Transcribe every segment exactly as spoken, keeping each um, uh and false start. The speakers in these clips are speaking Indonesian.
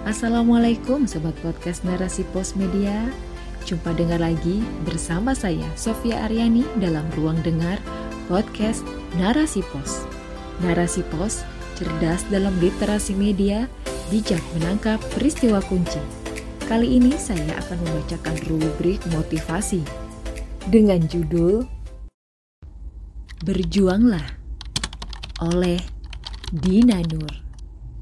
Assalamualaikum Sobat Podcast Narasi Pos Media. Jumpa dengar lagi bersama saya Sofia Aryani dalam Ruang Dengar Podcast Narasi Pos. Narasi Pos, cerdas dalam literasi media, bijak menangkap peristiwa kunci. Kali ini saya akan membacakan rubrik motivasi dengan judul Berjuanglah oleh Dina Nur.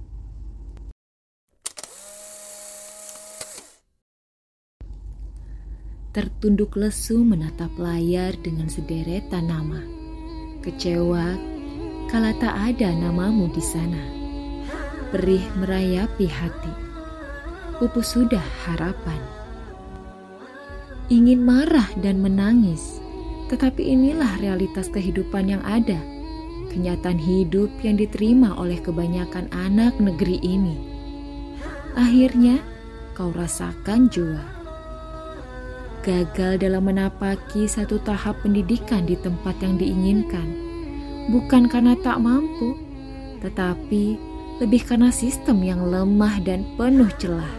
Tertunduk lesu menatap layar dengan sederetan nama. Kecewa kala tak ada namamu di sana. Perih merayapi hati. Pupus sudah harapan. Ingin marah dan menangis, tetapi inilah realitas kehidupan yang ada. Kenyataan hidup yang diterima oleh kebanyakan anak negeri ini. Akhirnya kau rasakan jua. Gagal dalam menapaki satu tahap pendidikan di tempat yang diinginkan. Bukan karena tak mampu, tetapi lebih karena sistem yang lemah dan penuh celah.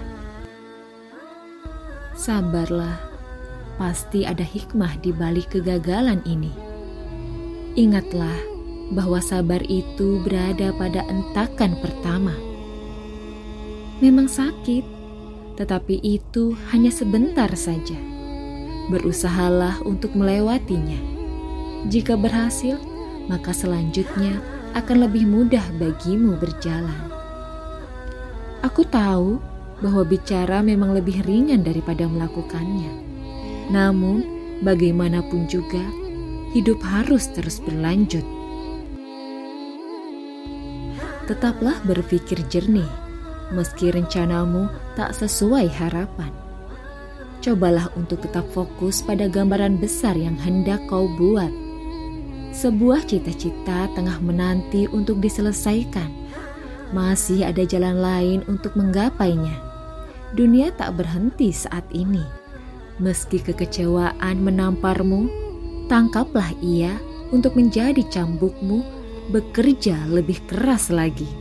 Sabarlah, pasti ada hikmah di balik kegagalan ini. Ingatlah bahwa sabar itu berada pada entakan pertama. Memang sakit, tetapi itu hanya sebentar saja. Berusahalah untuk melewatinya. Jika berhasil, maka selanjutnya akan lebih mudah bagimu berjalan. Aku tahu bahwa bicara memang lebih ringan daripada melakukannya. Namun, bagaimanapun juga, hidup harus terus berlanjut. Tetaplah berpikir jernih, meski rencanamu tak sesuai harapan. Cobalah untuk tetap fokus pada gambaran besar yang hendak kau buat. Sebuah cita-cita tengah menanti untuk diselesaikan. Masih ada jalan lain untuk menggapainya. Dunia tak berhenti saat ini. Meski kekecewaan menamparmu, tangkaplah ia untuk menjadi cambukmu, bekerja lebih keras lagi.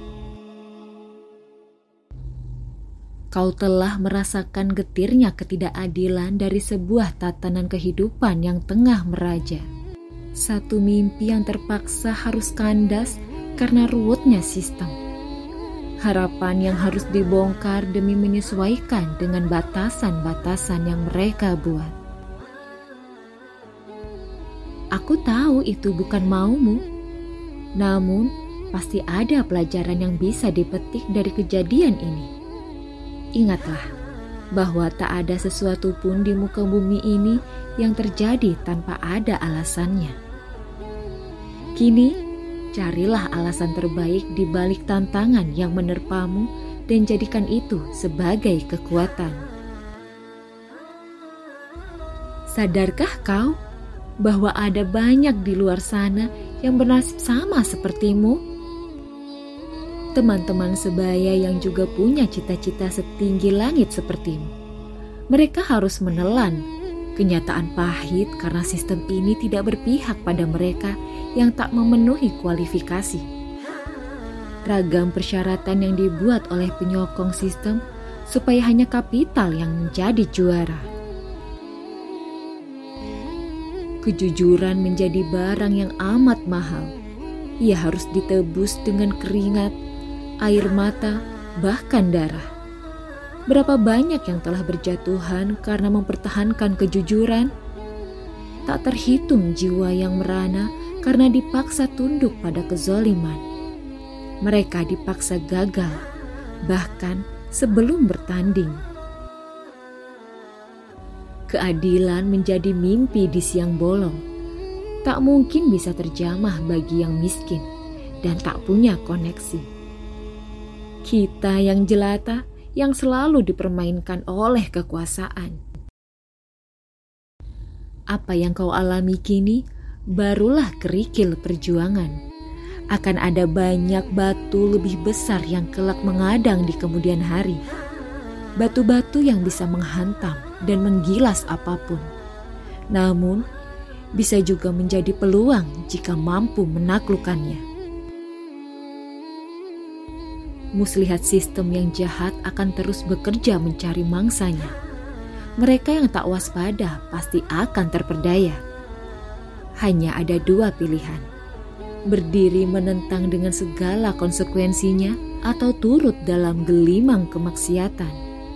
Kau telah merasakan getirnya ketidakadilan dari sebuah tatanan kehidupan yang tengah meraja. Satu mimpi yang terpaksa harus kandas karena ruwetnya sistem. Harapan yang harus dibongkar demi menyesuaikan dengan batasan-batasan yang mereka buat. Aku tahu itu bukan maumu, namun pasti ada pelajaran yang bisa dipetik dari kejadian ini. Ingatlah bahwa tak ada sesuatu pun di muka bumi ini yang terjadi tanpa ada alasannya. Kini, carilah alasan terbaik di balik tantangan yang menerpamu dan jadikan itu sebagai kekuatan. Sadarkah kau bahwa ada banyak di luar sana yang bernasib sama sepertimu? Teman-teman sebaya yang juga punya cita-cita setinggi langit sepertimu. Mereka harus menelan kenyataan pahit karena sistem ini tidak berpihak pada mereka yang tak memenuhi kualifikasi. Ragam persyaratan yang dibuat oleh penyokong sistem supaya hanya kapital yang menjadi juara. Kejujuran menjadi barang yang amat mahal. Ia harus ditebus dengan keringat, air mata, bahkan darah. Berapa banyak yang telah berjatuhan karena mempertahankan kejujuran? Tak terhitung jiwa yang merana karena dipaksa tunduk pada kezaliman. Mereka dipaksa gagal, bahkan sebelum bertanding. Keadilan menjadi mimpi di siang bolong. Tak mungkin bisa terjamah bagi yang miskin dan tak punya koneksi. Kita yang jelata, yang selalu dipermainkan oleh kekuasaan. Apa yang kau alami kini, barulah kerikil perjuangan. Akan ada banyak batu lebih besar yang kelak mengadang di kemudian hari. Batu-batu yang bisa menghantam dan menggilas apapun. Namun, bisa juga menjadi peluang jika mampu menaklukkannya. muslihat sistem yang jahat akan terus bekerja mencari mangsanya. Mereka yang tak waspada pasti akan terperdaya. Hanya ada dua pilihan, berdiri menentang dengan segala konsekuensinya atau turut dalam gelimang kemaksiatan.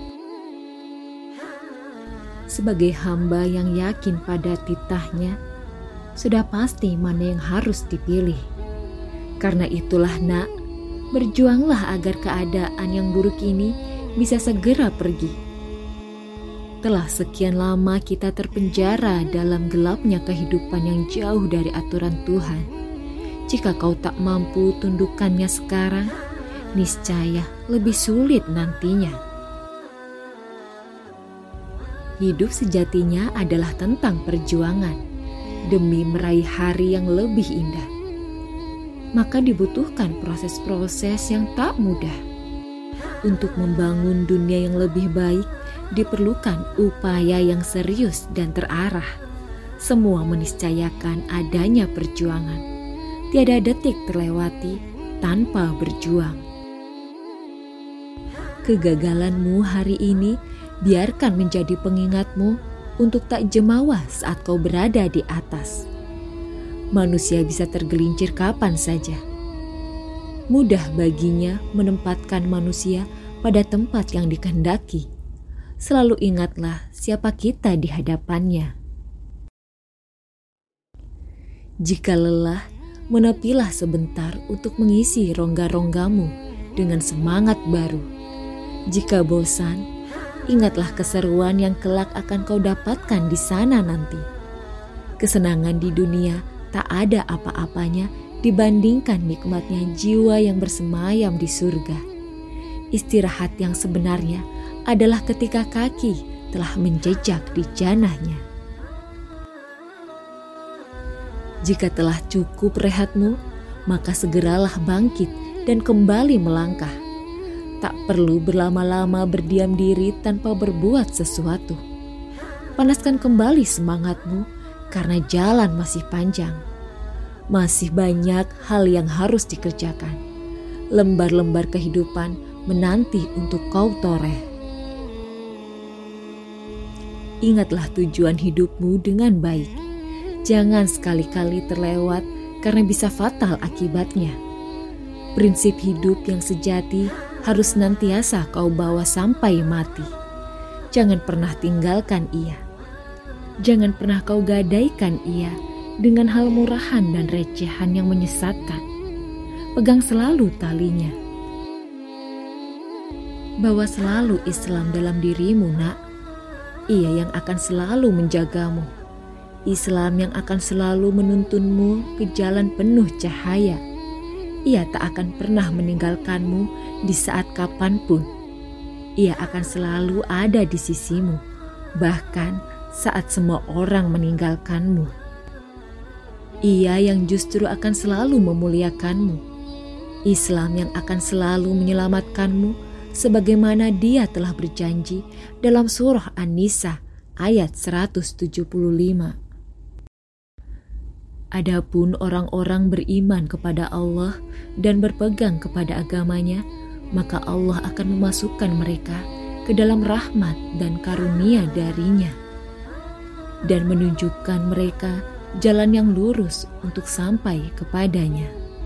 Sebagai hamba yang yakin pada titahnya, sudah pasti mana yang harus dipilih. Karena itulah nak, berjuanglah agar keadaan yang buruk ini bisa segera pergi. Telah sekian lama kita terpenjara dalam gelapnya kehidupan yang jauh dari aturan Tuhan. Jika kau tak mampu tundukkannya sekarang, niscaya lebih sulit nantinya. Hidup sejatinya adalah tentang perjuangan demi meraih hari yang lebih indah. Maka dibutuhkan proses-proses yang tak mudah. Untuk membangun dunia yang lebih baik, diperlukan upaya yang serius dan terarah. Semua meniscayakan adanya perjuangan. Tiada detik terlewati tanpa berjuang. Kegagalanmu hari ini biarkan menjadi pengingatmu untuk tak jemawa saat kau berada di atas. Manusia bisa tergelincir kapan saja. Mudah baginya menempatkan manusia pada tempat yang dikehendaki. Selalu ingatlah siapa kita di hadapannya. Jika lelah, menepilah sebentar untuk mengisi rongga-ronggamu dengan semangat baru. Jika bosan, ingatlah keseruan yang kelak akan kau dapatkan di sana nanti. Kesenangan di dunia tak ada apa-apanya dibandingkan nikmatnya jiwa yang bersemayam di surga. Istirahat yang sebenarnya adalah ketika kaki telah menjejak di janahnya. Jika telah cukup rehatmu, maka segeralah bangkit dan kembali melangkah. Tak perlu berlama-lama berdiam diri tanpa berbuat sesuatu. Panaskan kembali semangatmu karena jalan masih panjang. Masih banyak hal yang harus dikerjakan. Lembar-lembar kehidupan menanti untuk kau toreh. Ingatlah tujuan hidupmu dengan baik. Jangan sekali-kali terlewat karena bisa fatal akibatnya. Prinsip hidup yang sejati harus senantiasa kau bawa sampai mati. Jangan pernah tinggalkan ia. Jangan pernah kau gadaikan ia dengan hal murahan dan recehan yang menyesatkan. Pegang selalu talinya. Bawa selalu Islam dalam dirimu, nak. Ia yang akan selalu menjagamu. Islam yang akan selalu menuntunmu ke jalan penuh cahaya. Ia tak akan pernah meninggalkanmu di saat kapanpun. Ia akan selalu ada di sisimu, bahkan saat semua orang meninggalkanmu. Ia yang justru akan selalu memuliakanmu. Islam yang akan selalu menyelamatkanmu, sebagaimana dia telah berjanji dalam surah An-Nisa ayat seratus tujuh puluh lima. Adapun orang-orang beriman kepada Allah dan berpegang kepada agamanya, maka Allah akan memasukkan mereka ke dalam rahmat dan karunia darinya dan menunjukkan mereka jalan yang lurus untuk sampai kepadanya.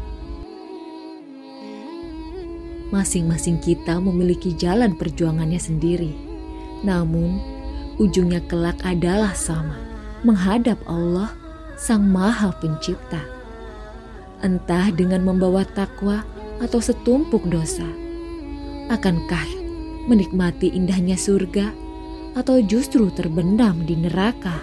Masing-masing kita memiliki jalan perjuangannya sendiri. Namun, ujungnya kelak adalah sama, menghadap Allah, Sang Maha Pencipta. Entah dengan membawa takwa atau setumpuk dosa. Akankah menikmati indahnya surga atau justru terbendam di neraka?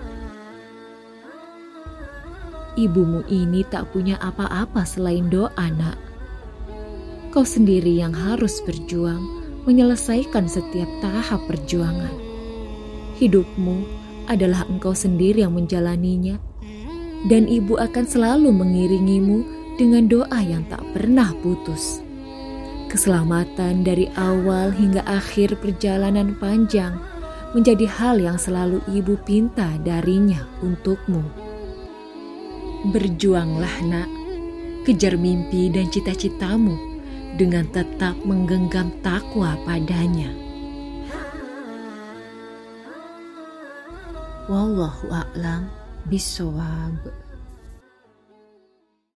Ibumu ini tak punya apa-apa selain doa, nak. Kau sendiri yang harus berjuang menyelesaikan setiap tahap perjuangan. Hidupmu adalah engkau sendiri yang menjalaninya, dan ibu akan selalu mengiringimu dengan doa yang tak pernah putus. Keselamatan dari awal hingga akhir perjalanan panjang menjadi hal yang selalu ibu pinta darinya untukmu. Berjuanglah, nak, kejar mimpi dan cita-citamu, dengan tetap menggenggam takwa padanya. Wallahu a'lam bishawab.